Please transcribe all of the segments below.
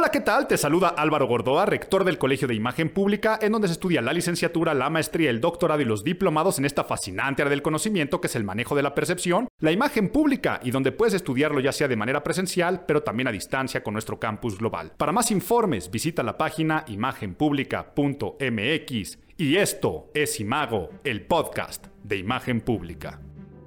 Hola, ¿qué tal? Te saluda Álvaro Gordoa, rector del Colegio de Imagen Pública, en donde se estudia la licenciatura, la maestría, el doctorado y los diplomados en esta fascinante área del conocimiento que es el manejo de la percepción, la imagen pública, y donde puedes estudiarlo ya sea de manera presencial, pero también a distancia con nuestro campus global. Para más informes, visita la página imagenpublica.mx. Y esto es Imago, el podcast de Imagen Pública.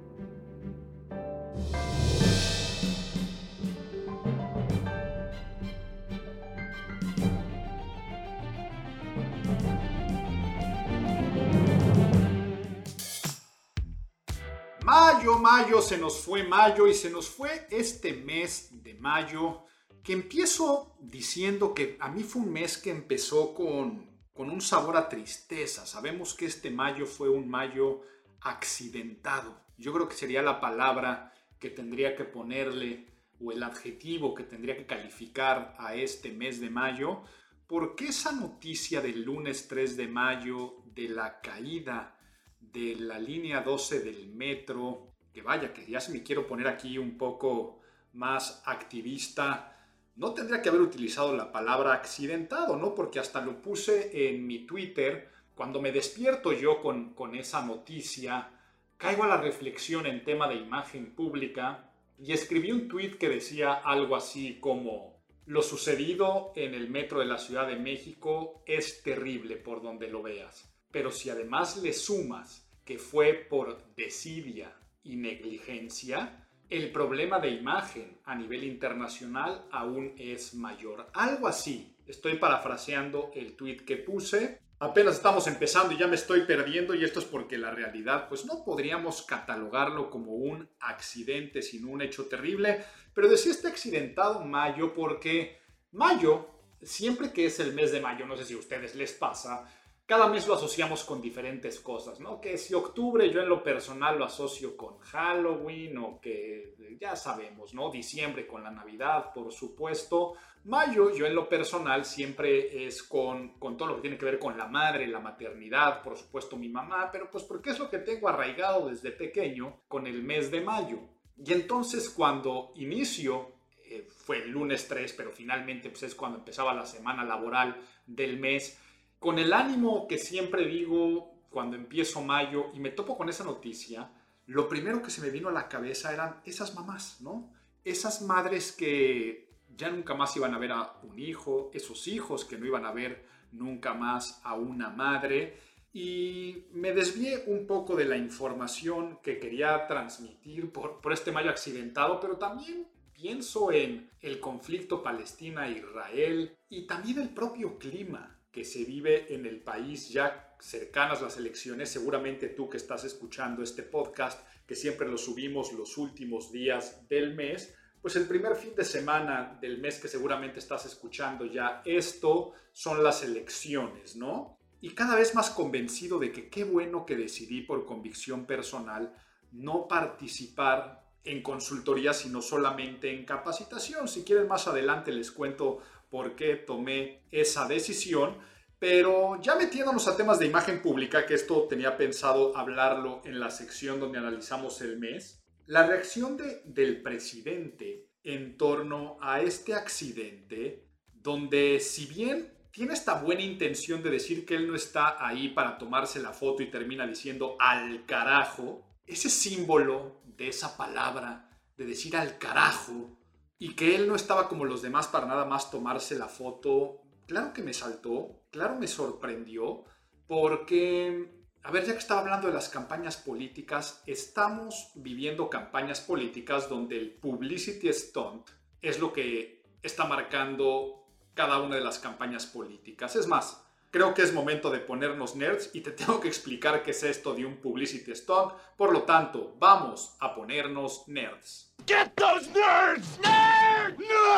Mayo, se nos fue mayo y se nos fue este mes de mayo, que empiezo diciendo que a mí fue un mes que empezó con un sabor a tristeza. Sabemos que este mayo fue un mayo accidentado. Yo creo que sería la palabra que tendría que ponerle, o el adjetivo que tendría que calificar a este mes de mayo, porque esa noticia del lunes 3 de mayo de la caída de la línea 12 del metro, que vaya, que ya si me quiero poner aquí un poco más activista, no tendría que haber utilizado la palabra accidentado, ¿no? Porque hasta lo puse en mi Twitter. Cuando me despierto yo con esa noticia, caigo a la reflexión en tema de imagen pública y escribí un tweet que decía algo así como: lo sucedido en el metro de la Ciudad de México es terrible por donde lo veas. Pero si además le sumas que fue por desidia y negligencia, el problema de imagen a nivel internacional aún es mayor. Algo así. Estoy parafraseando el tweet que puse. Apenas estamos empezando y ya me estoy perdiendo, y esto es porque la realidad pues no podríamos catalogarlo como un accidente, sino un hecho terrible. Pero decía este accidentado mayo porque mayo, siempre que es el mes de mayo, no sé si a ustedes les pasa, cada mes lo asociamos con diferentes cosas, ¿no? Que si octubre yo en lo personal lo asocio con Halloween, o que ya sabemos, ¿no? Diciembre con la Navidad, por supuesto. Mayo yo en lo personal siempre es con todo lo que tiene que ver con la madre, la maternidad, por supuesto mi mamá, pero pues porque es lo que tengo arraigado desde pequeño con el mes de mayo. Y entonces cuando inicio, fue el lunes 3, pero finalmente pues es cuando empezaba la semana laboral del mes, con el ánimo que siempre digo cuando empiezo mayo y me topo con esa noticia, lo primero que se me vino a la cabeza eran esas mamás, ¿no? Esas madres que ya nunca más iban a ver a un hijo, esos hijos que no iban a ver nunca más a una madre. Y me desvié un poco de la información que quería transmitir por este mayo accidentado, pero también pienso en el conflicto Palestina-Israel y también el propio clima que se vive en el país ya cercanas las elecciones. Seguramente tú que estás escuchando este podcast, que siempre lo subimos los últimos días del mes, pues el primer fin de semana del mes que seguramente estás escuchando ya esto, son las elecciones, ¿no? Y cada vez más convencido de que qué bueno que decidí por convicción personal no participar en consultoría, sino solamente en capacitación. Si quieren, más adelante les cuento por qué tomé esa decisión. Pero ya metiéndonos a temas de imagen pública, que esto tenía pensado hablarlo en la sección donde analizamos el mes, la reacción del presidente en torno a este accidente, donde si bien tiene esta buena intención de decir que él no está ahí para tomarse la foto y termina diciendo al carajo, ese símbolo de esa palabra, de decir al carajo, y que él no estaba como los demás para nada más tomarse la foto, claro que me saltó, claro me sorprendió, porque, a ver, ya que estaba hablando de las campañas políticas, estamos viviendo campañas políticas donde el publicity stunt es lo que está marcando cada una de las campañas políticas. Es más, creo que es momento de ponernos nerds y te tengo que explicar qué es esto de un publicity stunt. Por lo tanto, vamos a ponernos nerds. Get those nerds! Nerds!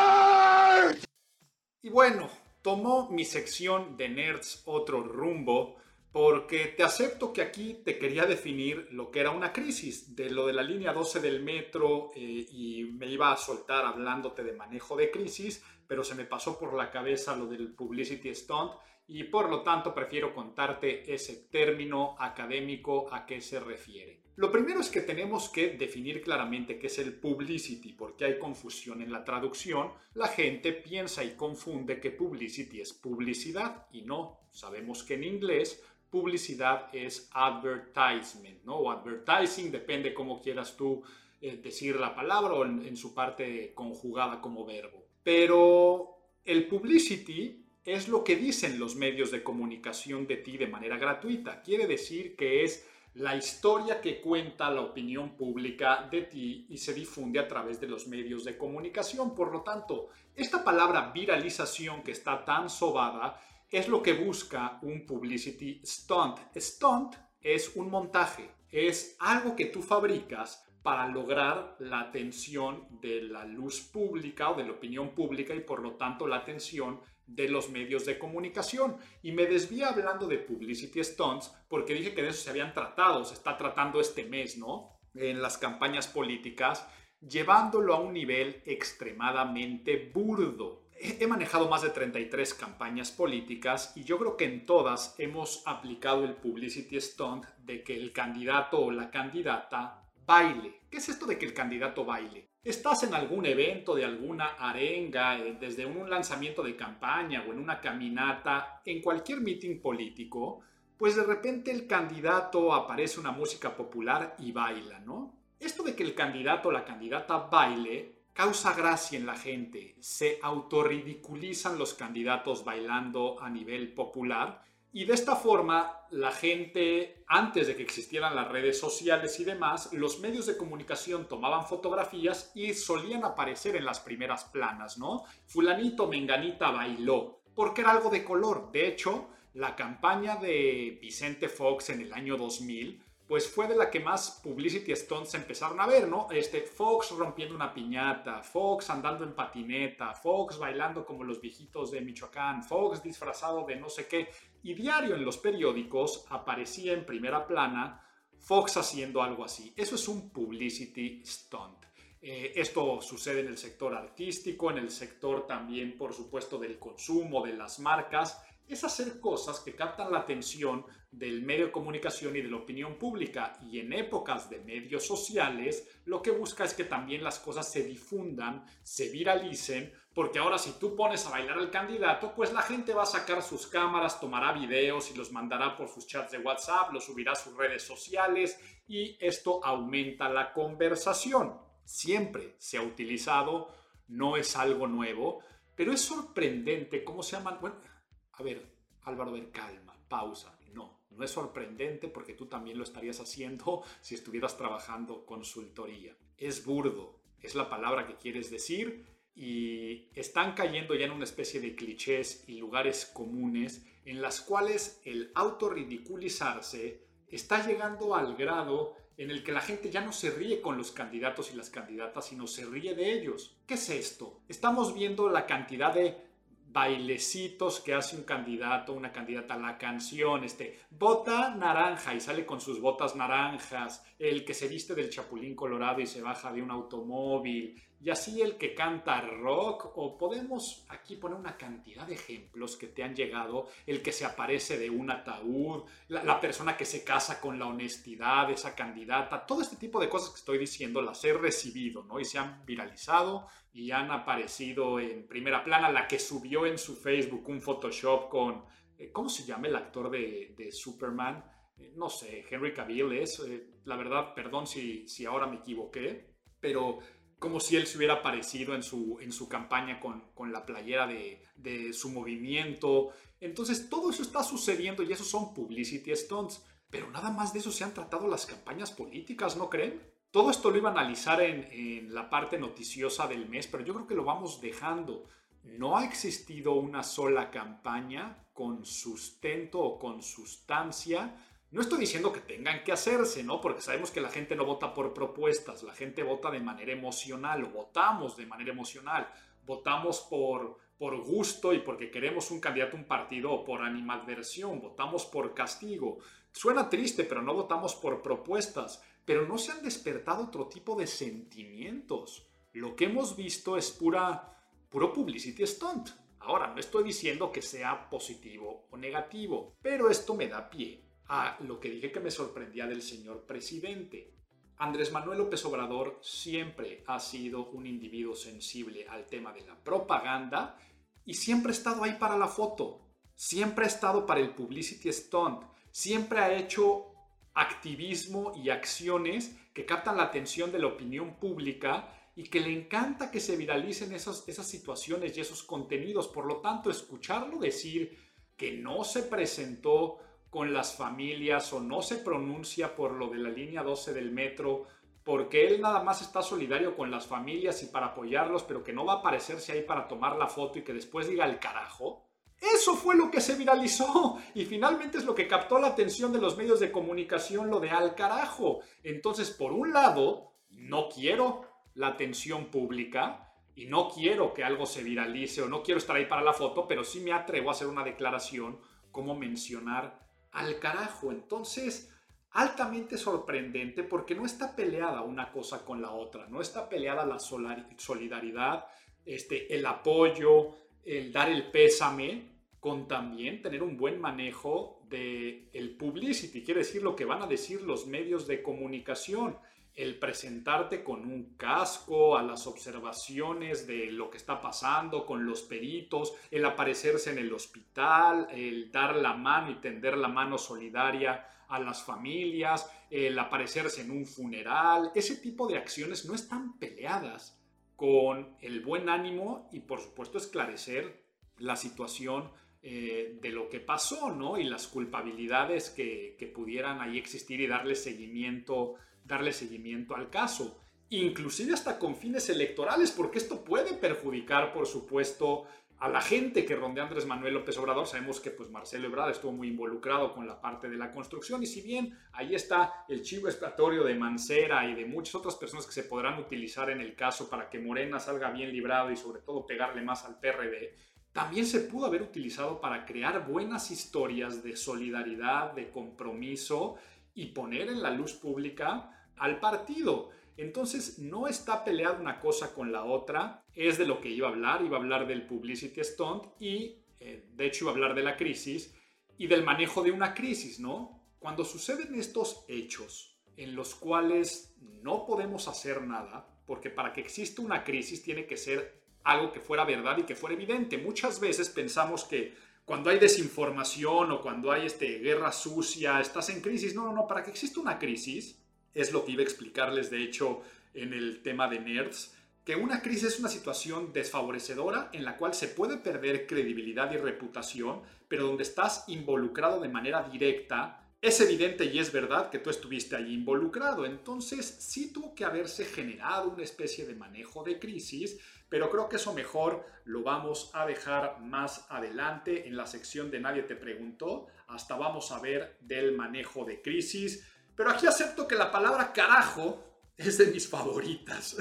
Nerds! Y bueno, tomó mi sección de nerds otro rumbo, porque te acepto que aquí te quería definir lo que era una crisis, de lo de la línea 12 del metro, y me iba a soltar hablándote de manejo de crisis, pero se me pasó por la cabeza lo del publicity stunt, y por lo tanto prefiero contarte ese término académico a qué se refiere. Lo primero es que tenemos que definir claramente qué es el publicity, porque hay confusión en la traducción. La gente piensa y confunde que publicity es publicidad y no. Sabemos que en inglés publicidad es advertisement, ¿no? O advertising, depende cómo quieras tú decir la palabra o en su parte conjugada como verbo. Pero el publicity es lo que dicen los medios de comunicación de ti de manera gratuita. Quiere decir que es la historia que cuenta la opinión pública de ti y se difunde a través de los medios de comunicación. Por lo tanto, esta palabra viralización que está tan sobada es lo que busca un publicity stunt. Stunt es un montaje, es algo que tú fabricas para lograr la atención de la luz pública o de la opinión pública y por lo tanto la atención de los medios de comunicación. Y me desvía hablando de publicity stunts porque dije que de eso se habían tratado, se está tratando este mes, ¿no? En las campañas políticas, llevándolo a un nivel extremadamente burdo. He manejado más de 33 campañas políticas y yo creo que en todas hemos aplicado el publicity stunt de que el candidato o la candidata baile. ¿Qué es esto de que el candidato baile? Estás en algún evento de alguna arenga, desde un lanzamiento de campaña o en una caminata, en cualquier meeting político, pues de repente el candidato aparece una música popular y baila, ¿no? Esto de que el candidato o la candidata baile causa gracia en la gente. Se autorridiculizan los candidatos bailando a nivel popular. Y de esta forma, la gente, antes de que existieran las redes sociales y demás, los medios de comunicación tomaban fotografías y solían aparecer en las primeras planas, ¿no? Fulanito, menganita bailó, porque era algo de color. De hecho, la campaña de Vicente Fox en el año 2000, pues fue de la que más publicity stunts empezaron a ver, ¿no? Fox rompiendo una piñata, Fox andando en patineta, Fox bailando como los viejitos de Michoacán, Fox disfrazado de no sé qué. Y diario en los periódicos aparecía en primera plana Fox haciendo algo así. Eso es un publicity stunt. Esto sucede en el sector artístico, en el sector también, por supuesto, del consumo, de las marcas. Es hacer cosas que captan la atención del medio de comunicación y de la opinión pública. Y en épocas de medios sociales, lo que busca es que también las cosas se difundan, se viralicen, porque ahora si tú pones a bailar al candidato, pues la gente va a sacar sus cámaras, tomará videos y los mandará por sus chats de WhatsApp, los subirá a sus redes sociales y esto aumenta la conversación. Siempre se ha utilizado, no es algo nuevo, pero es sorprendente cómo se llaman... Bueno, a ver, Álvaro, a ver, calma, pausa. No es sorprendente porque tú también lo estarías haciendo si estuvieras trabajando consultoría. Es burdo, es la palabra que quieres decir y están cayendo ya en una especie de clichés y lugares comunes en las cuales el autorridiculizarse está llegando al grado en el que la gente ya no se ríe con los candidatos y las candidatas, sino se ríe de ellos. ¿Qué es esto? Estamos viendo la cantidad de bailecitos que hace un candidato, una candidata, la canción, bota naranja y sale con sus botas naranjas, el que se viste del Chapulín Colorado y se baja de un automóvil, y así el que canta rock, o podemos aquí poner una cantidad de ejemplos que te han llegado, el que se aparece de un ataúd, la persona que se casa con la honestidad, esa candidata, todo este tipo de cosas que estoy diciendo las he recibido, ¿no? Y se han viralizado y han aparecido en primera plana. La que subió en su Facebook un Photoshop con, ¿cómo se llama el actor de Superman? No sé, Henry Cavill es, la verdad, perdón si ahora me equivoqué, pero como si él se hubiera aparecido en su campaña con la playera de su movimiento. Entonces todo eso está sucediendo y esos son publicity stunts, pero nada más de eso se han tratado las campañas políticas, ¿no creen? Todo esto lo iba a analizar en la parte noticiosa del mes, pero yo creo que lo vamos dejando. No ha existido una sola campaña con sustento o con sustancia. No estoy diciendo que tengan que hacerse, ¿no? Porque sabemos que la gente no vota por propuestas, la gente vota de manera emocional, o votamos de manera emocional, votamos por gusto y porque queremos un candidato, un partido, o por animadversión, votamos por castigo. Suena triste, pero no votamos por propuestas. Pero no se han despertado otro tipo de sentimientos. Lo que hemos visto es puro publicity stunt. Ahora, no estoy diciendo que sea positivo o negativo, pero esto me da pie a lo que dije que me sorprendía del señor presidente. Andrés Manuel López Obrador siempre ha sido un individuo sensible al tema de la propaganda y siempre ha estado ahí para la foto, siempre ha estado para el publicity stunt, siempre ha hecho activismo y acciones que captan la atención de la opinión pública y que le encanta que se viralicen esas situaciones y esos contenidos. Por lo tanto, escucharlo decir que no se presentó con las familias o no se pronuncia por lo de la línea 12 del metro porque él nada más está solidario con las familias y para apoyarlos, pero que no va a aparecerse ahí para tomar la foto y que después diga el carajo. Eso fue lo que se viralizó y finalmente es lo que captó la atención de los medios de comunicación, lo de al carajo. Entonces, por un lado, no quiero la atención pública y no quiero que algo se viralice o no quiero estar ahí para la foto, pero sí me atrevo a hacer una declaración como mencionar al carajo. Entonces, altamente sorprendente porque no está peleada una cosa con la otra, no está peleada la solidaridad, el apoyo, el dar el pésame, con también tener un buen manejo del publicity, quiere decir lo que van a decir los medios de comunicación, el presentarte con un casco a las observaciones de lo que está pasando con los peritos, el aparecerse en el hospital, el dar la mano y tender la mano solidaria a las familias, el aparecerse en un funeral, ese tipo de acciones no están peleadas con el buen ánimo y por supuesto esclarecer la situación de lo que pasó, ¿no? Y las culpabilidades que pudieran ahí existir y darle seguimiento al caso, inclusive hasta con fines electorales, porque esto puede perjudicar, por supuesto, a la gente que rodea a Andrés Manuel López Obrador. Sabemos que pues, Marcelo Ebrard estuvo muy involucrado con la parte de la construcción y si bien ahí está el chivo expiatorio de Mancera y de muchas otras personas que se podrán utilizar en el caso para que Morena salga bien librado y sobre todo pegarle más al PRD, también se pudo haber utilizado para crear buenas historias de solidaridad, de compromiso y poner en la luz pública al partido. Entonces no está peleada una cosa con la otra, es de lo que iba a hablar del publicity stunt y de hecho iba a hablar de la crisis y del manejo de una crisis, ¿no? Cuando suceden estos hechos en los cuales no podemos hacer nada, porque para que exista una crisis tiene que ser algo que fuera verdad y que fuera evidente. Muchas veces pensamos que cuando hay desinformación o cuando hay guerra sucia, estás en crisis. No, para que exista una crisis, es lo que iba a explicarles de hecho en el tema de Nerds, que una crisis es una situación desfavorecedora en la cual se puede perder credibilidad y reputación, pero donde estás involucrado de manera directa. Es evidente y es verdad que tú estuviste allí involucrado, entonces sí tuvo que haberse generado una especie de manejo de crisis, pero creo que eso mejor lo vamos a dejar más adelante en la sección de Nadie te preguntó, hasta vamos a ver del manejo de crisis, pero aquí acepto que la palabra carajo es de mis favoritas.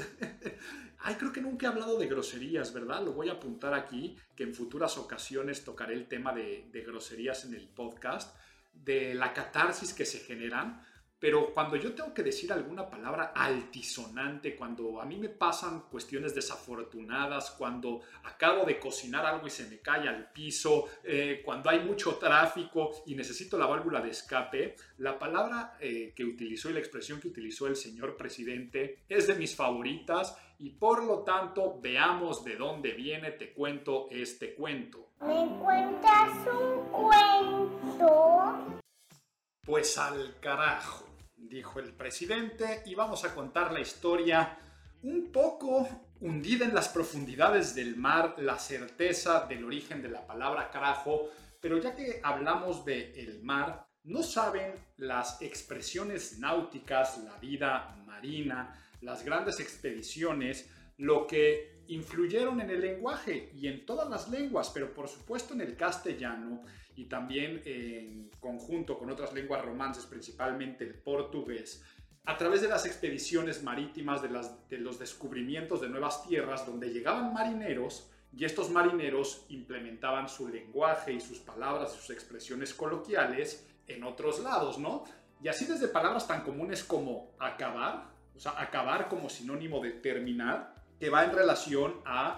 Ay, creo que nunca he hablado de groserías, ¿verdad? Lo voy a apuntar aquí, que en futuras ocasiones tocaré el tema de groserías en el podcast, de la catarsis que se generan, pero cuando yo tengo que decir alguna palabra altisonante, cuando a mí me pasan cuestiones desafortunadas, cuando acabo de cocinar algo y se me cae al piso, cuando hay mucho tráfico y necesito la válvula de escape, la palabra que utilizó y la expresión que utilizó el señor presidente es de mis favoritas y por lo tanto veamos de dónde viene, te cuento este cuento. ¿Me cuentas un cuento? Pues al carajo, dijo el presidente, y vamos a contar la historia un poco hundida en las profundidades del mar, la certeza del origen de la palabra carajo, pero ya que hablamos del mar, ¿no saben las expresiones náuticas, la vida marina, las grandes expediciones, lo que influyeron en el lenguaje y en todas las lenguas, pero por supuesto en el castellano y también en conjunto con otras lenguas romances, principalmente el portugués, a través de las expediciones marítimas, de los descubrimientos de nuevas tierras, donde llegaban marineros y estos marineros implementaban su lenguaje y sus palabras y sus expresiones coloquiales en otros lados, ¿no? Y así desde palabras tan comunes como acabar, o sea, acabar como sinónimo de terminar, que va en relación a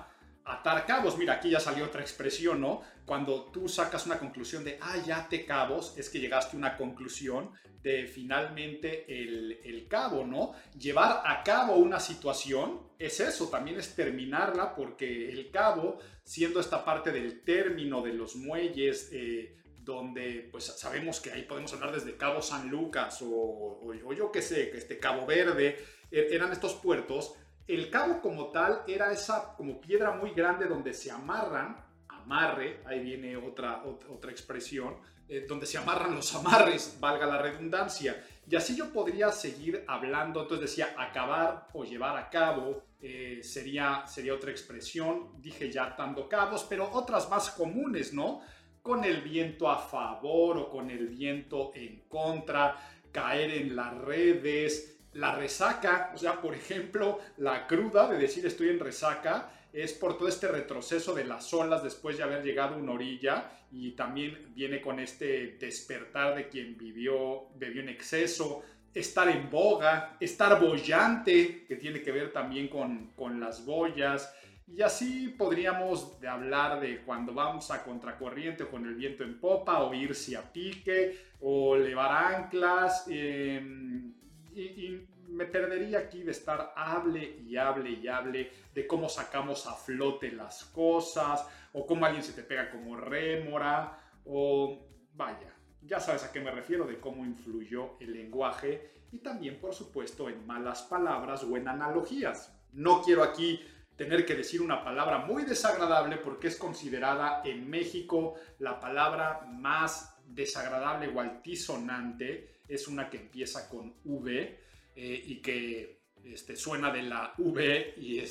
Atar cabos, mira, aquí ya salió otra expresión, ¿no? Cuando tú sacas una conclusión de, ya até cabos, es que llegaste a una conclusión de finalmente el cabo, ¿no? Llevar a cabo una situación es eso, también es terminarla, porque el cabo, siendo esta parte del término de los muelles, donde pues sabemos que ahí podemos hablar desde Cabo San Lucas o yo qué sé, Cabo Verde, eran estos puertos. El cabo como tal era esa como piedra muy grande donde se amarre, ahí viene otra expresión, donde se amarran los amarres, valga la redundancia. Y así yo podría seguir hablando, entonces decía acabar o llevar a cabo, sería otra expresión, dije ya atando cabos, pero otras más comunes, ¿no? Con el viento a favor o con el viento en contra, caer en las redes. La resaca, o sea, por ejemplo, la cruda de decir estoy en resaca es por todo este retroceso de las olas después de haber llegado a una orilla, y también viene con este despertar de quien bebió en exceso, estar en boga, estar boyante, que tiene que ver también con las boyas. Y así podríamos hablar de cuando vamos a contracorriente o con el viento en popa, o irse a pique, o levar anclas. Y me perdería aquí de estar hable de cómo sacamos a flote las cosas, o cómo alguien se te pega como rémora, o vaya, ya sabes a qué me refiero, de cómo influyó el lenguaje, y también, por supuesto, en malas palabras o en analogías. No quiero aquí tener que decir una palabra muy desagradable porque es considerada en México la palabra más desagradable o altisonante. Es una que empieza con V y que suena de la V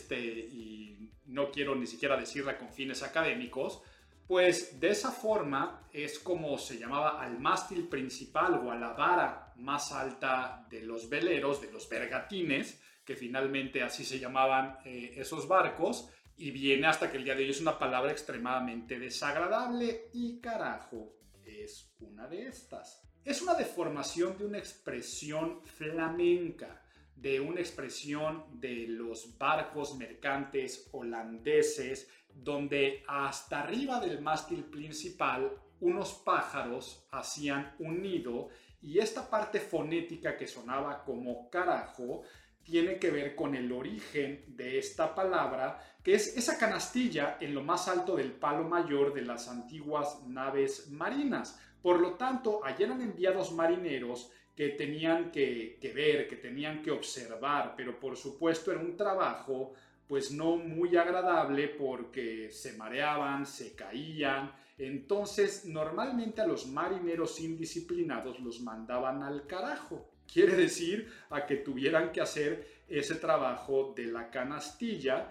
y no quiero ni siquiera decirla con fines académicos. Pues de esa forma es como se llamaba al mástil principal o a la vara más alta de los veleros, de los bergatines, que finalmente así se llamaban esos barcos, y viene hasta que el día de hoy es una palabra extremadamente desagradable, y carajo es una de estas. Es una deformación de una expresión flamenca, de una expresión de los barcos mercantes holandeses, donde hasta arriba del mástil principal unos pájaros hacían un nido, y esta parte fonética que sonaba como carajo tiene que ver con el origen de esta palabra, que es esa canastilla en lo más alto del palo mayor de las antiguas naves marinas. Por lo tanto, allí eran enviados marineros que tenían que ver, que tenían que observar, pero por supuesto era un trabajo pues no muy agradable porque se mareaban, se caían. Entonces normalmente a los marineros indisciplinados los mandaban al carajo. Quiere decir a que tuvieran que hacer ese trabajo de la canastilla,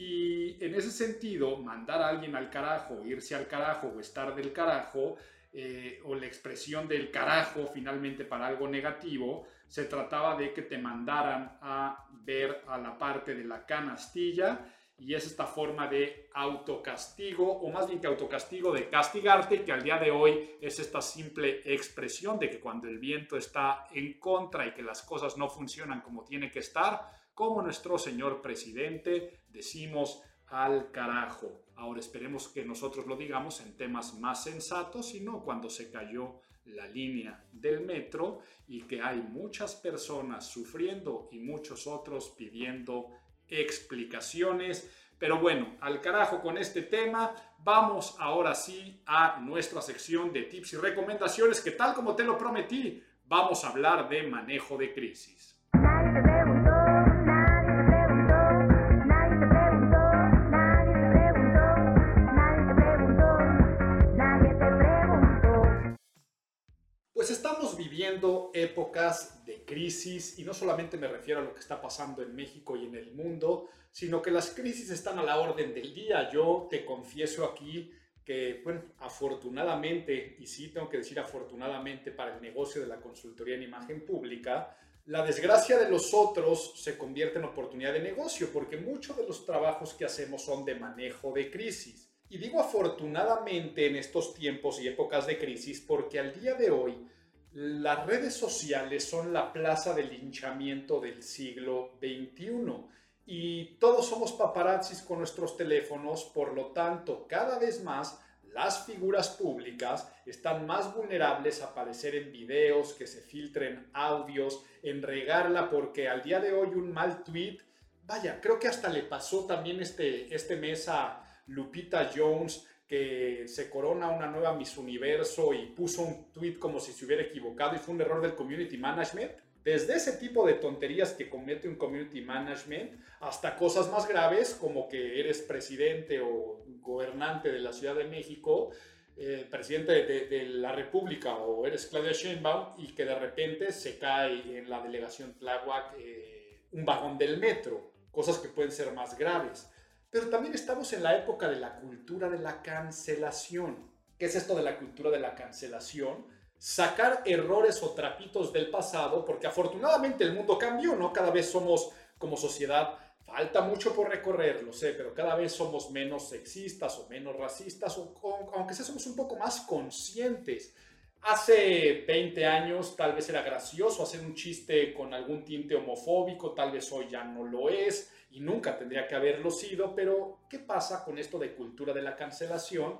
y en ese sentido mandar a alguien al carajo, irse al carajo o estar del carajo, o la expresión del carajo finalmente para algo negativo, se trataba de que te mandaran a ver a la parte de la canastilla, y es esta forma de autocastigo, o más bien que autocastigo, de castigarte, que al día de hoy es esta simple expresión de que cuando el viento está en contra y que las cosas no funcionan como tiene que estar, como nuestro señor presidente, decimos al carajo. Ahora esperemos que nosotros lo digamos en temas más sensatos y no cuando se cayó la línea del metro y que hay muchas personas sufriendo y muchos otros pidiendo explicaciones. Pero bueno, al carajo con este tema. Vamos ahora sí a nuestra sección de tips y recomendaciones, que tal como te lo prometí, vamos a hablar de manejo de crisis. Pues estamos viviendo épocas de crisis, y no solamente me refiero a lo que está pasando en México y en el mundo, sino que las crisis están a la orden del día. Yo te confieso aquí que, bueno, afortunadamente, y sí tengo que decir afortunadamente para el negocio de la consultoría en imagen pública, la desgracia de los otros se convierte en oportunidad de negocio, porque muchos de los trabajos que hacemos son de manejo de crisis. Y digo afortunadamente en estos tiempos y épocas de crisis porque al día de hoy las redes sociales son la plaza de linchamiento del siglo XXI. y todos somos paparazzis con nuestros teléfonos, por lo tanto, cada vez más las figuras públicas están más vulnerables a aparecer en videos, que se filtren audios, en regarla, porque al día de hoy un mal tweet, vaya, creo que hasta le pasó también este mes a Lupita Jones, que se corona una nueva Miss Universo y puso un tweet como si se hubiera equivocado y fue un error del community management. Desde ese tipo de tonterías que comete un community management hasta cosas más graves como que eres presidente o gobernante de la Ciudad de México, presidente de la República, o eres Claudia Sheinbaum y que de repente se cae en la delegación Tláhuac un vagón del metro, cosas que pueden ser más graves. Pero también estamos en la época de la cultura de la cancelación. ¿Qué es esto de la cultura de la cancelación? Sacar errores o trapitos del pasado, porque afortunadamente el mundo cambió, ¿no? Cada vez somos, como sociedad, falta mucho por recorrer, lo sé, pero cada vez somos menos sexistas o menos racistas, aunque sea somos un poco más conscientes. Hace 20 años tal vez era gracioso hacer un chiste con algún tinte homofóbico, tal vez hoy ya no lo es y nunca tendría que haberlo sido, pero ¿qué pasa con esto de cultura de la cancelación?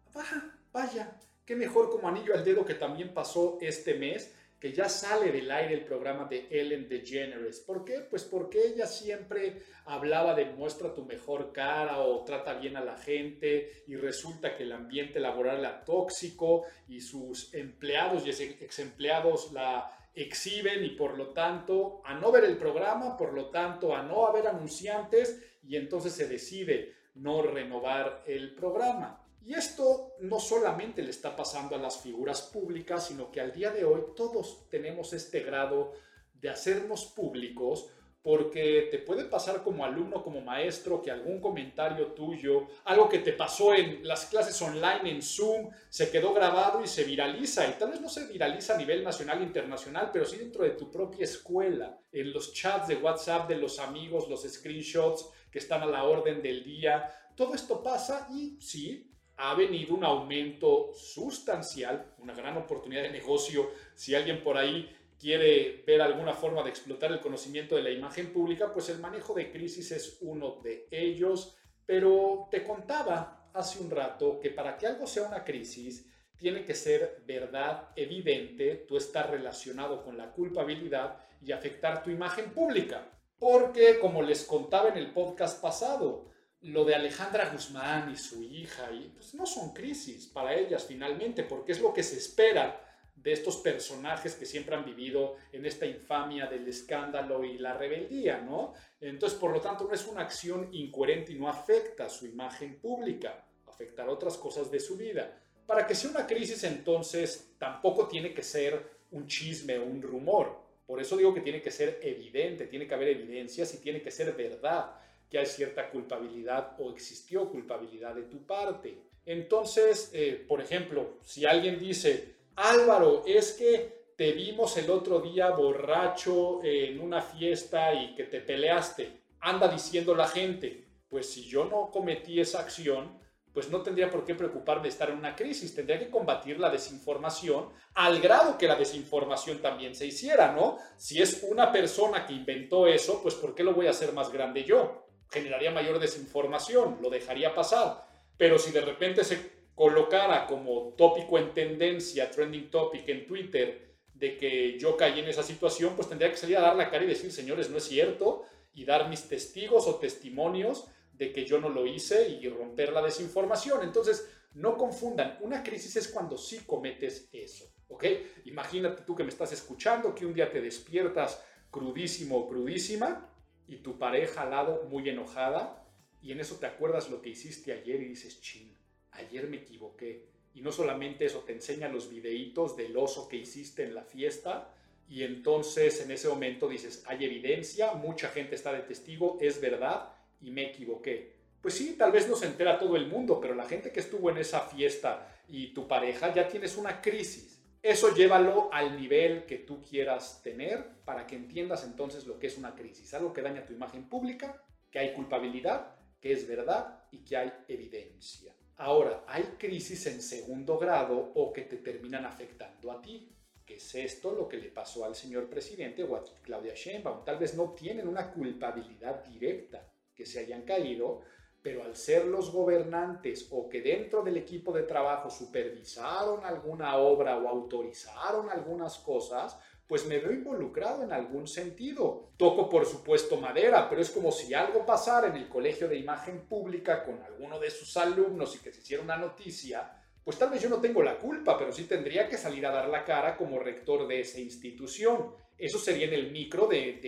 Vaya, qué mejor como anillo al dedo que también pasó este mes, que ya sale del aire el programa de Ellen DeGeneres. ¿Por qué? Pues porque ella siempre hablaba de muestra tu mejor cara o trata bien a la gente y resulta que el ambiente laboral era tóxico y sus empleados y ex empleados la exhiben y por lo tanto a no ver el programa, por lo tanto a no haber anunciantes y entonces se decide no renovar el programa. Y esto no solamente le está pasando a las figuras públicas, sino que al día de hoy todos tenemos este grado de hacernos públicos, porque te puede pasar como alumno, como maestro, que algún comentario tuyo, algo que te pasó en las clases online en Zoom, se quedó grabado y se viraliza. Y tal vez no se viraliza a nivel nacional e internacional, pero sí dentro de tu propia escuela, en los chats de WhatsApp de los amigos, los screenshots que están a la orden del día. Todo esto pasa y sí, ha venido un aumento sustancial, una gran oportunidad de negocio. Si alguien por ahí quiere ver alguna forma de explotar el conocimiento de la imagen pública, pues el manejo de crisis es uno de ellos. Pero te contaba hace un rato que para que algo sea una crisis, tiene que ser verdad evidente, tú estás relacionado con la culpabilidad y afectar tu imagen pública. Porque, como les contaba en el podcast pasado, lo de Alejandra Guzmán y su hija, pues no son crisis para ellas finalmente, porque es lo que se espera de estos personajes que siempre han vivido en esta infamia del escándalo y la rebeldía, ¿no? Entonces, por lo tanto, no es una acción incoherente y no afecta su imagen pública, afectará otras cosas de su vida. Para que sea una crisis, entonces, tampoco tiene que ser un chisme o un rumor. Por eso digo que tiene que ser evidente, tiene que haber evidencias y tiene que ser verdad que hay cierta culpabilidad o existió culpabilidad de tu parte. Entonces, por ejemplo, si alguien dice, Álvaro, es que te vimos el otro día borracho en una fiesta y que te peleaste, anda diciendo la gente, pues si yo no cometí esa acción, pues no tendría por qué preocuparme de estar en una crisis, tendría que combatir la desinformación al grado que la desinformación también se hiciera, ¿no? Si es una persona que inventó eso, pues ¿por qué lo voy a hacer más grande yo? Generaría mayor desinformación, lo dejaría pasar. Pero si de repente se colocara como tópico en tendencia, trending topic en Twitter, de que yo caí en esa situación, pues tendría que salir a dar la cara y decir, señores, no es cierto, y dar mis testigos o testimonios de que yo no lo hice y romper la desinformación. Entonces, no confundan, una crisis es cuando sí cometes eso, ¿ok? Imagínate tú que me estás escuchando, que un día te despiertas crudísimo o crudísima, y tu pareja al lado muy enojada y en eso te acuerdas lo que hiciste ayer y dices, chin, ayer me equivoqué. Y no solamente eso, te enseña los videitos del oso que hiciste en la fiesta y entonces en ese momento dices, hay evidencia, mucha gente está de testigo, es verdad y me equivoqué. Pues sí, tal vez no se entera todo el mundo, pero la gente que estuvo en esa fiesta y tu pareja ya tienes una crisis. Eso llévalo al nivel que tú quieras tener para que entiendas entonces lo que es una crisis. Algo que daña tu imagen pública, que hay culpabilidad, que es verdad y que hay evidencia. Ahora, hay crisis en segundo grado o que te terminan afectando a ti. ¿Qué es esto lo que le pasó al señor presidente o a Claudia Sheinbaum? Tal vez no tienen una culpabilidad directa que se hayan caído, pero al ser los gobernantes o que dentro del equipo de trabajo supervisaron alguna obra o autorizaron algunas cosas, pues me veo involucrado en algún sentido. Toco por supuesto madera, pero es como si algo pasara en el Colegio de Imagen Pública con alguno de sus alumnos y que se hiciera una noticia, pues tal vez yo no tengo la culpa, pero sí tendría que salir a dar la cara como rector de esa institución. Eso sería en el micro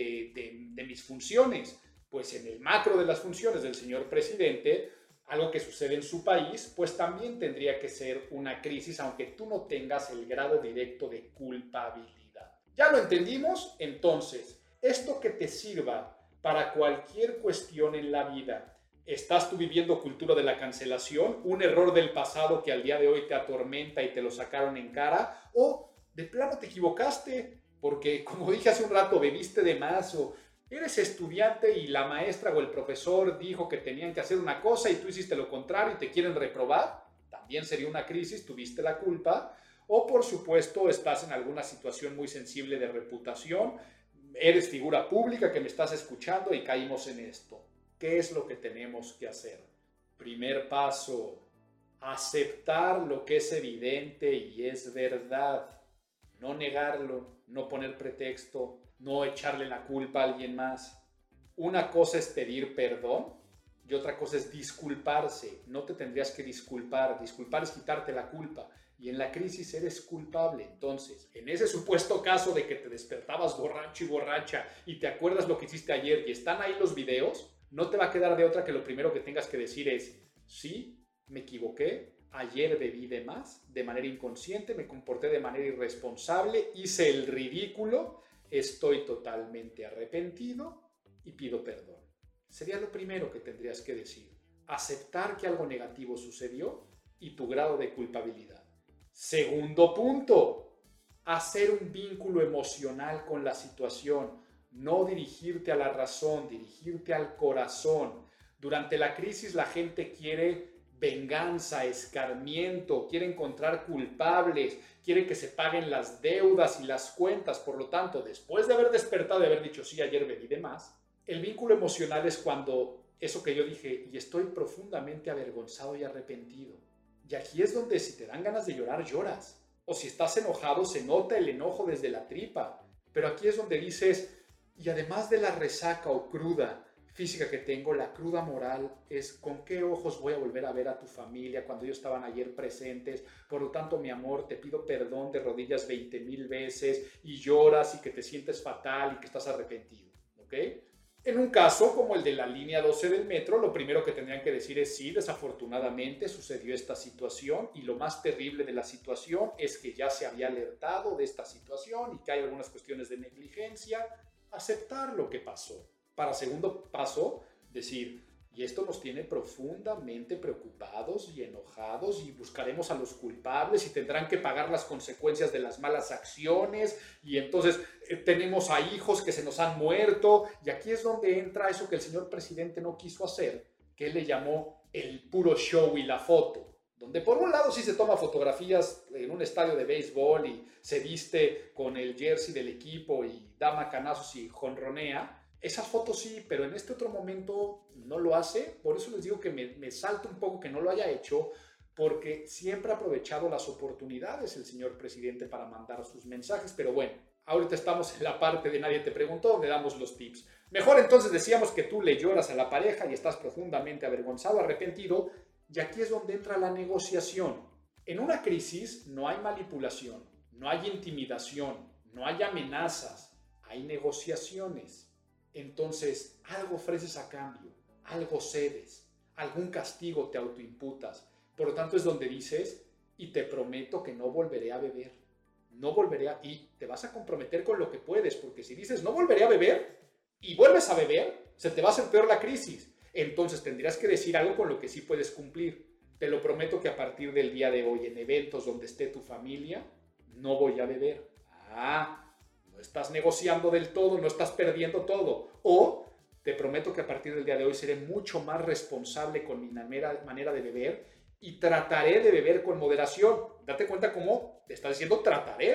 de mis funciones. Pues en el macro de las funciones del señor presidente, algo que sucede en su país, pues también tendría que ser una crisis, aunque tú no tengas el grado directo de culpabilidad. ¿Ya lo entendimos? Entonces, esto que te sirva para cualquier cuestión en la vida. ¿Estás tú viviendo cultura de la cancelación? ¿Un error del pasado que al día de hoy te atormenta y te lo sacaron en cara? ¿O de plano te equivocaste? Porque, como dije hace un rato, bebiste de más o eres estudiante y la maestra o el profesor dijo que tenían que hacer una cosa y tú hiciste lo contrario y te quieren reprobar. También sería una crisis, tuviste la culpa. O, por supuesto, estás en alguna situación muy sensible de reputación. Eres figura pública que me estás escuchando y caímos en esto. ¿Qué es lo que tenemos que hacer? Primer paso, aceptar lo que es evidente y es verdad. No negarlo, no poner pretexto, no echarle la culpa a alguien más. Una cosa es pedir perdón y otra cosa es disculparse. No te tendrías que disculpar. Disculpar es quitarte la culpa. Y en la crisis eres culpable. Entonces, en ese supuesto caso de que te despertabas borracho y borracha y te acuerdas lo que hiciste ayer y están ahí los videos, no te va a quedar de otra que lo primero que tengas que decir es, sí, me equivoqué, ayer bebí de más, de manera inconsciente, me comporté de manera irresponsable, hice el ridículo, estoy totalmente arrepentido y pido perdón. Sería lo primero que tendrías que decir. Aceptar que algo negativo sucedió y tu grado de culpabilidad. Segundo punto, hacer un vínculo emocional con la situación. No dirigirte a la razón, dirigirte al corazón. Durante la crisis la gente quiere venganza, escarmiento, quiere encontrar culpables, quiere que se paguen las deudas y las cuentas. Por lo tanto, después de haber despertado y haber dicho, sí, ayer bebí de más, el vínculo emocional es cuando eso que yo dije, y estoy profundamente avergonzado y arrepentido. Y aquí es donde si te dan ganas de llorar, lloras. O si estás enojado, se nota el enojo desde la tripa. Pero aquí es donde dices, y además de la resaca o cruda física que tengo, la cruda moral es con qué ojos voy a volver a ver a tu familia cuando ellos estaban ayer presentes. Por lo tanto, mi amor, te pido perdón de rodillas 20,000 veces y lloras y que te sientes fatal y que estás arrepentido. ¿Ok? En un caso como el de la línea 12 del metro, lo primero que tendrían que decir es sí, desafortunadamente sucedió esta situación y lo más terrible de la situación es que ya se había alertado de esta situación y que hay algunas cuestiones de negligencia. Aceptar lo que pasó. Para segundo paso, decir, y esto nos tiene profundamente preocupados y enojados y buscaremos a los culpables y tendrán que pagar las consecuencias de las malas acciones y entonces tenemos a hijos que se nos han muerto y aquí es donde entra eso que el señor presidente no quiso hacer, que él le llamó el puro show y la foto. Donde por un lado sí se toma fotografías en un estadio de béisbol y se viste con el jersey del equipo y da macanazos y jonronea. Esas fotos sí, pero en este otro momento no lo hace. Por eso les digo que me salta un poco que no lo haya hecho, porque siempre ha aprovechado las oportunidades el señor presidente para mandar sus mensajes. Pero bueno, ahorita estamos en la parte de nadie te preguntó, donde damos los tips. Mejor entonces decíamos que tú le lloras a la pareja y estás profundamente avergonzado, arrepentido. Y aquí es donde entra la negociación. En una crisis no hay manipulación, no hay intimidación, no hay amenazas, hay negociaciones. Entonces, algo ofreces a cambio, algo cedes, algún castigo te autoimputas. Por lo tanto, es donde dices, y te prometo que no volveré a beber. No volveré a... Y te vas a comprometer con lo que puedes, porque si dices, no volveré a beber, y vuelves a beber, se te va a hacer peor la crisis. Entonces tendrías que decir algo con lo que sí puedes cumplir. Te lo prometo que a partir del día de hoy, en eventos donde esté tu familia, no voy a beber. No estás negociando del todo, no estás perdiendo todo. O te prometo que a partir del día de hoy seré mucho más responsable con mi manera de beber y trataré de beber con moderación. Date cuenta cómo te estás diciendo trataré.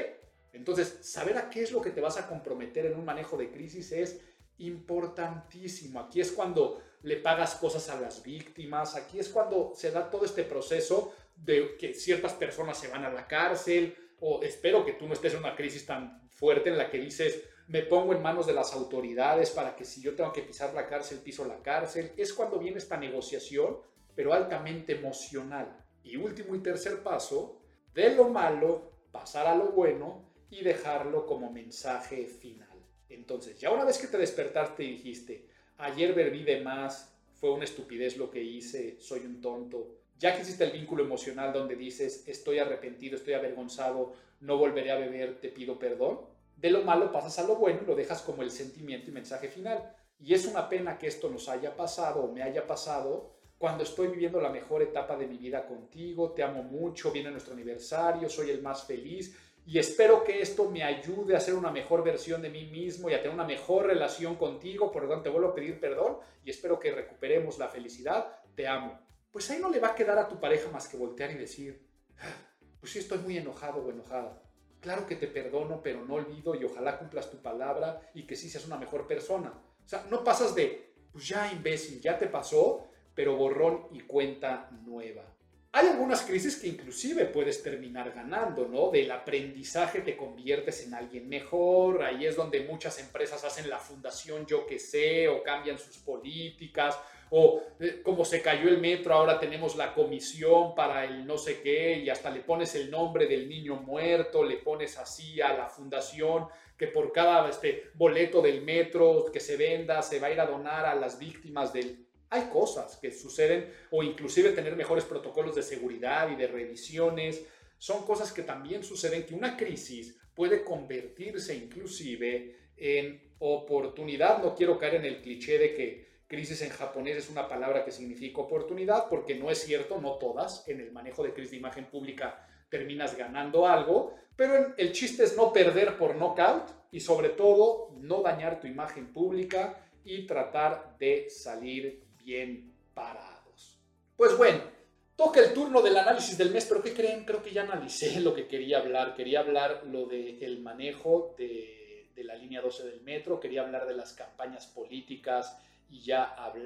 Entonces, saber a qué es lo que te vas a comprometer en un manejo de crisis es importantísimo. Aquí es cuando le pagas cosas a las víctimas, aquí es cuando se da todo este proceso de que ciertas personas se van a la cárcel, o espero que tú no estés en una crisis tan fuerte en la que dices, me pongo en manos de las autoridades para que si yo tengo que pisar la cárcel, piso la cárcel. Es cuando viene esta negociación, pero altamente emocional. Y último y tercer paso, de lo malo pasar a lo bueno y dejarlo como mensaje final. Entonces, ya una vez que te despertaste y dijiste, ayer bebí de más, fue una estupidez lo que hice, soy un tonto. Ya que hiciste el vínculo emocional donde dices, estoy arrepentido, estoy avergonzado, no volveré a beber, te pido perdón. De lo malo pasas a lo bueno y lo dejas como el sentimiento y mensaje final. Y es una pena que esto nos haya pasado o me haya pasado cuando estoy viviendo la mejor etapa de mi vida contigo, te amo mucho, viene nuestro aniversario, soy el más feliz. Y espero que esto me ayude a ser una mejor versión de mí mismo y a tener una mejor relación contigo. Por lo tanto, te vuelvo a pedir perdón y espero que recuperemos la felicidad. Te amo. Pues ahí no le va a quedar a tu pareja más que voltear y decir, pues sí, estoy muy enojado o enojada. Claro que te perdono, pero no olvido y ojalá cumplas tu palabra y que sí seas una mejor persona. O sea, no pasas de, pues ya imbécil, ya te pasó, pero borrón y cuenta nueva. Hay algunas crisis que inclusive puedes terminar ganando, ¿no? Del aprendizaje te conviertes en alguien mejor, ahí es donde muchas empresas hacen la fundación yo que sé, o cambian sus políticas, o como se cayó el metro, ahora tenemos la comisión para el no sé qué, y hasta le pones el nombre del niño muerto, le pones así a la fundación, que por cada boleto del metro que se venda se va a ir a donar a las víctimas del... Hay cosas que suceden, o inclusive tener mejores protocolos de seguridad y de revisiones. Son cosas que también suceden, que una crisis puede convertirse inclusive en oportunidad. No quiero caer en el cliché de que crisis en japonés es una palabra que significa oportunidad, porque no es cierto, no todas. En el manejo de crisis de imagen pública terminas ganando algo, pero el chiste es no perder por knockout y sobre todo no dañar tu imagen pública y tratar de salir bien parados. Pues bueno, toca el turno del análisis del mes, pero ¿qué creen? Creo que ya analicé lo que quería hablar. Quería hablar lo del manejo de la línea 12 del metro, quería hablar de las campañas políticas y ya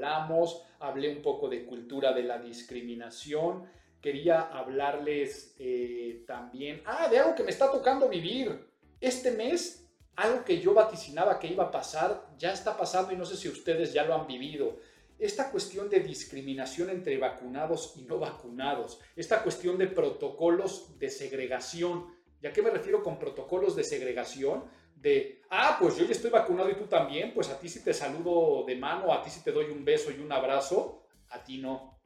hablé un poco de cultura de la discriminación, quería hablarles también, de algo que me está tocando vivir. Este mes, algo que yo vaticinaba que iba a pasar, ya está pasando y no sé si ustedes ya lo han vivido. Esta cuestión de discriminación entre vacunados y no vacunados, esta cuestión de protocolos de segregación. ¿Y a qué me refiero con protocolos de segregación? De, pues yo ya estoy vacunado y tú también, pues a ti sí te saludo de mano, a ti sí te doy un beso y un abrazo, a ti no.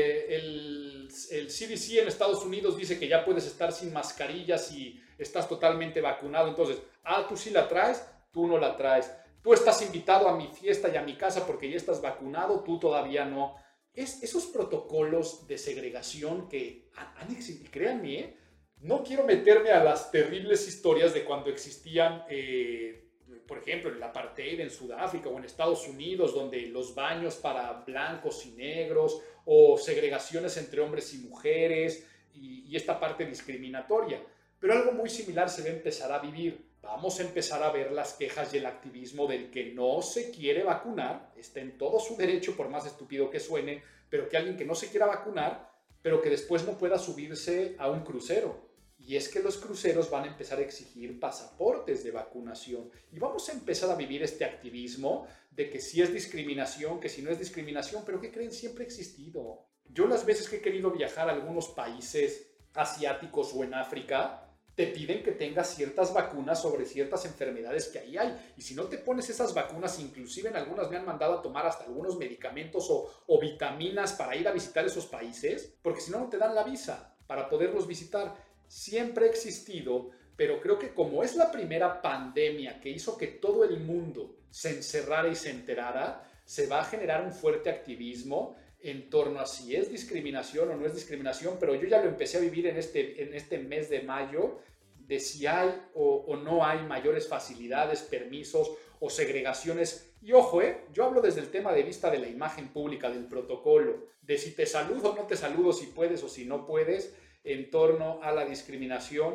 El CDC en Estados Unidos dice que ya puedes estar sin mascarilla si estás totalmente vacunado, entonces, tú sí la traes, tú no la traes. Tú estás invitado a mi fiesta y a mi casa porque ya estás vacunado, tú todavía no. Esos protocolos de segregación que han existido, créanme, no quiero meterme a las terribles historias de cuando existían, por ejemplo, el apartheid en Sudáfrica o en Estados Unidos, donde los baños para blancos y negros, o segregaciones entre hombres y mujeres, y esta parte discriminatoria. Pero algo muy similar se va a empezar a vivir. Vamos a empezar a ver las quejas y el activismo del que no se quiere vacunar, está en todo su derecho, por más estúpido que suene, pero que alguien que no se quiera vacunar, pero que después no pueda subirse a un crucero. Y es que los cruceros van a empezar a exigir pasaportes de vacunación. Y vamos a empezar a vivir este activismo de que si es discriminación, que si no es discriminación, pero ¿qué creen? Siempre ha existido. Yo las veces que he querido viajar a algunos países asiáticos o en África, te piden que tengas ciertas vacunas sobre ciertas enfermedades que ahí hay. Y si no te pones esas vacunas, inclusive en algunas me han mandado a tomar hasta algunos medicamentos o vitaminas para ir a visitar esos países, porque si no, no te dan la visa para poderlos visitar. Siempre ha existido, pero creo que como es la primera pandemia que hizo que todo el mundo se encerrara y se enterara, se va a generar un fuerte activismo en torno a si es discriminación o no es discriminación, pero yo ya lo empecé a vivir en este mes de mayo, de si hay o no hay mayores facilidades, permisos o segregaciones. Y ojo, yo hablo desde el tema de vista de la imagen pública, del protocolo, de si te saludo o no te saludo, si puedes o si no puedes, en torno a la discriminación,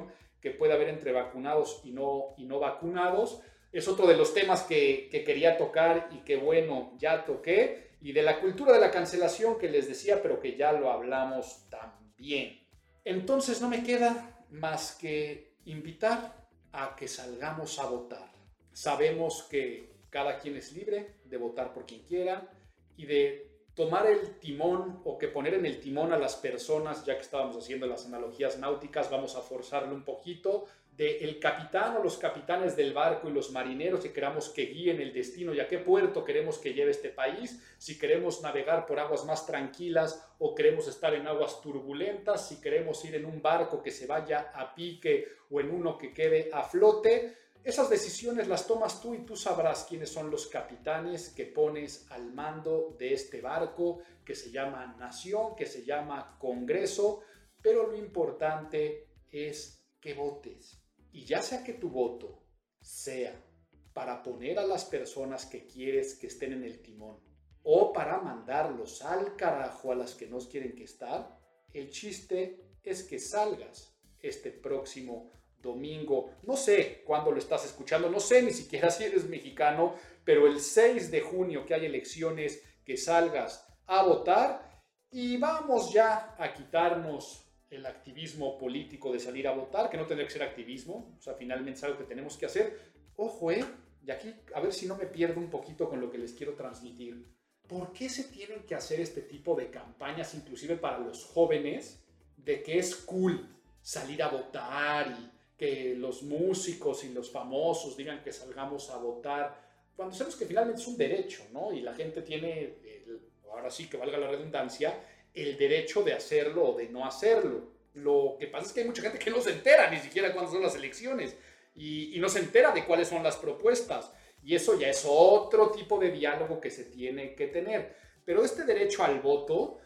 que puede haber entre vacunados y no vacunados. Es otro de los temas que quería tocar y que bueno, ya toqué. Y de la cultura de la cancelación que les decía, pero que ya lo hablamos también. Entonces no me queda más que invitar a que salgamos a votar. Sabemos que cada quien es libre de votar por quien quiera y de tomar el timón o que poner en el timón a las personas, ya que estábamos haciendo las analogías náuticas, vamos a forzarle un poquito, del capitán o los capitanes del barco y los marineros que queramos que guíen el destino y a qué puerto queremos que lleve este país, si queremos navegar por aguas más tranquilas o queremos estar en aguas turbulentas, si queremos ir en un barco que se vaya a pique o en uno que quede a flote. Esas decisiones las tomas tú y tú sabrás quiénes son los capitanes que pones al mando de este barco que se llama nación, que se llama Congreso, pero lo importante es que votes. Y ya sea que tu voto sea para poner a las personas que quieres que estén en el timón o para mandarlos al carajo a las que no quieren que estar, el chiste es que salgas este próximo domingo, no sé cuándo lo estás escuchando, no sé ni siquiera si eres mexicano, pero el 6 de junio que hay elecciones, que salgas a votar y vamos ya a quitarnos el activismo político de salir a votar, que no tendría que ser activismo, o sea, finalmente es algo que tenemos que hacer. Ojo, y aquí a ver si no me pierdo un poquito con lo que les quiero transmitir. ¿Por qué se tienen que hacer este tipo de campañas, inclusive para los jóvenes, de que es cool salir a votar y que los músicos y los famosos digan que salgamos a votar, cuando sabemos que finalmente es un derecho, ¿no? Y la gente tiene, ahora sí que valga la redundancia, el derecho de hacerlo o de no hacerlo. Lo que pasa es que hay mucha gente que no se entera ni siquiera cuándo son las elecciones y no se entera de cuáles son las propuestas. Y eso ya es otro tipo de diálogo que se tiene que tener. Pero este derecho al voto,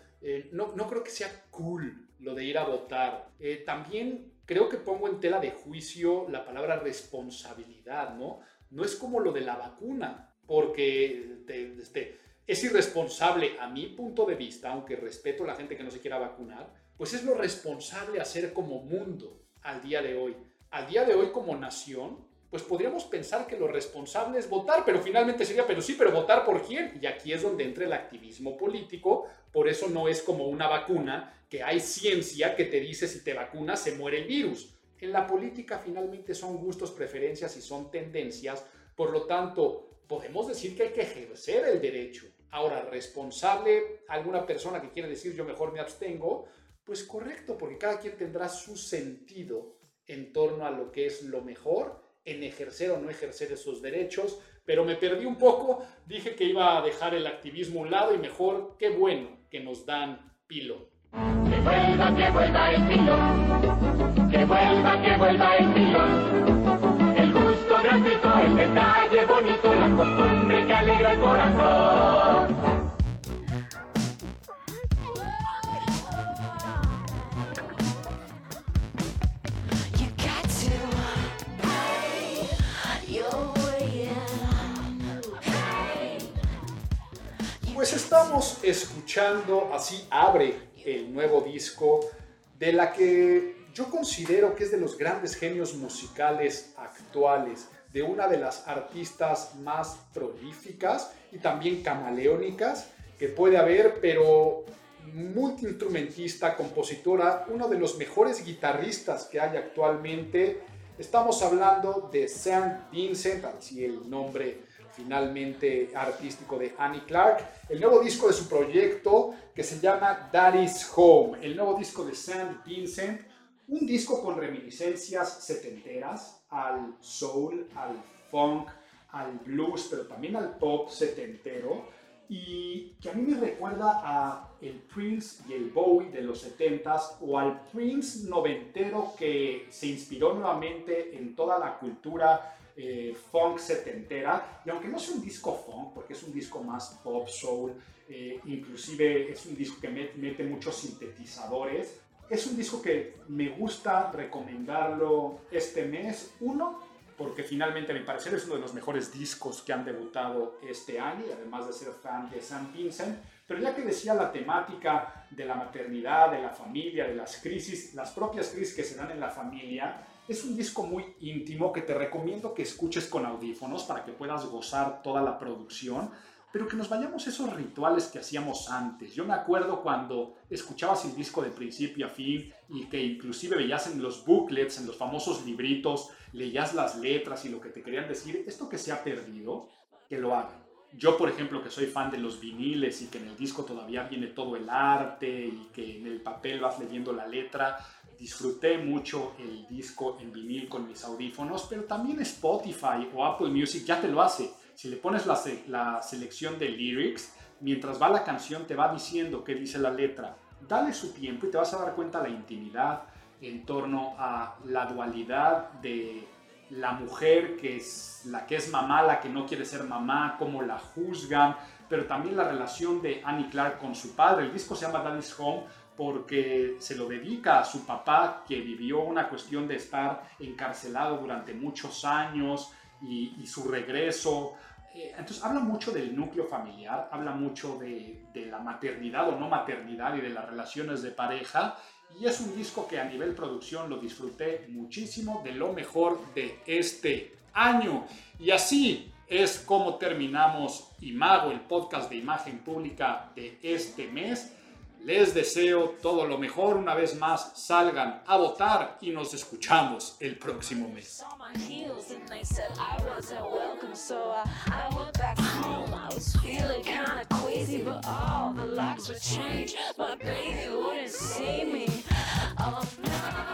no creo que sea cool lo de ir a votar. También creo que pongo en tela de juicio la palabra responsabilidad, ¿no? No es como lo de la vacuna, porque es irresponsable a mi punto de vista, aunque respeto a la gente que no se quiera vacunar, pues es lo responsable hacer como mundo al día de hoy. Al día de hoy como nación, pues podríamos pensar que lo responsable es votar, pero finalmente sería, pero ¿votar por quién? Y aquí es donde entra el activismo político, por eso no es como una vacuna, que hay ciencia que te dice si te vacunas se muere el virus. En la política finalmente son gustos, preferencias y son tendencias, por lo tanto podemos decir que hay que ejercer el derecho. Ahora, responsable alguna persona que quiere decir yo mejor me abstengo, pues correcto, porque cada quien tendrá su sentido en torno a lo que es lo mejor en ejercer o no ejercer esos derechos, pero me perdí un poco, dije que iba a dejar el activismo a un lado y mejor, qué bueno que nos dan pilón. Que vuelva el pilón, que vuelva el pilón, el gusto gratuito, el detalle bonito, la costumbre que alegra el corazón. Pues estamos escuchando, así abre el nuevo disco de la que yo considero que es de los grandes genios musicales actuales, de una de las artistas más prolíficas y también camaleónicas que puede haber, pero multiinstrumentista, compositora, uno de los mejores guitarristas que hay actualmente. Estamos hablando de St. Vincent, así el nombre finalmente artístico de Annie Clark, el nuevo disco de su proyecto que se llama Daddy's Home, el nuevo disco de St. Vincent, un disco con reminiscencias setenteras al soul, al funk, al blues, pero también al pop setentero, y que a mí me recuerda a el Prince y el Bowie de los 70s o al Prince noventero que se inspiró nuevamente en toda la cultura funk setentera, y aunque no es un disco funk, porque es un disco más pop, soul, inclusive es un disco que mete muchos sintetizadores, es un disco que me gusta recomendarlo este mes. Uno, porque finalmente a mi parecer es uno de los mejores discos que han debutado este año, y además de ser fan de St. Vincent, Pero ya que decía la temática de la maternidad, de la familia, de las crisis, las propias crisis que se dan en la familia, es un disco muy íntimo que te recomiendo que escuches con audífonos para que puedas gozar toda la producción, pero que nos vayamos a esos rituales que hacíamos antes. Yo me acuerdo cuando escuchabas el disco de principio a fin y que inclusive veías en los booklets, en los famosos libritos, leías las letras y lo que te querían decir. Esto que se ha perdido, que lo hagan. Yo, por ejemplo, que soy fan de los viniles y que en el disco todavía viene todo el arte y que en el papel vas leyendo la letra, disfruté mucho el disco en vinil con mis audífonos, pero también Spotify o Apple Music ya te lo hace. Si le pones la selección de lyrics, mientras va la canción te va diciendo qué dice la letra. Dale su tiempo y te vas a dar cuenta de la intimidad en torno a la dualidad de la mujer que es la que es mamá, la que no quiere ser mamá, cómo la juzgan, pero también la relación de Annie Clark con su padre. El disco se llama Daddy's Home porque se lo dedica a su papá, que vivió una cuestión de estar encarcelado durante muchos años y su regreso. Entonces habla mucho del núcleo familiar, habla mucho de la maternidad o no maternidad y de las relaciones de pareja, y es un disco que a nivel producción lo disfruté muchísimo, de lo mejor de este año. Y así es como terminamos Imago, el podcast de imagen pública de este mes. Les deseo todo lo mejor. Una vez más, salgan a votar y nos escuchamos el próximo mes. Oh, no.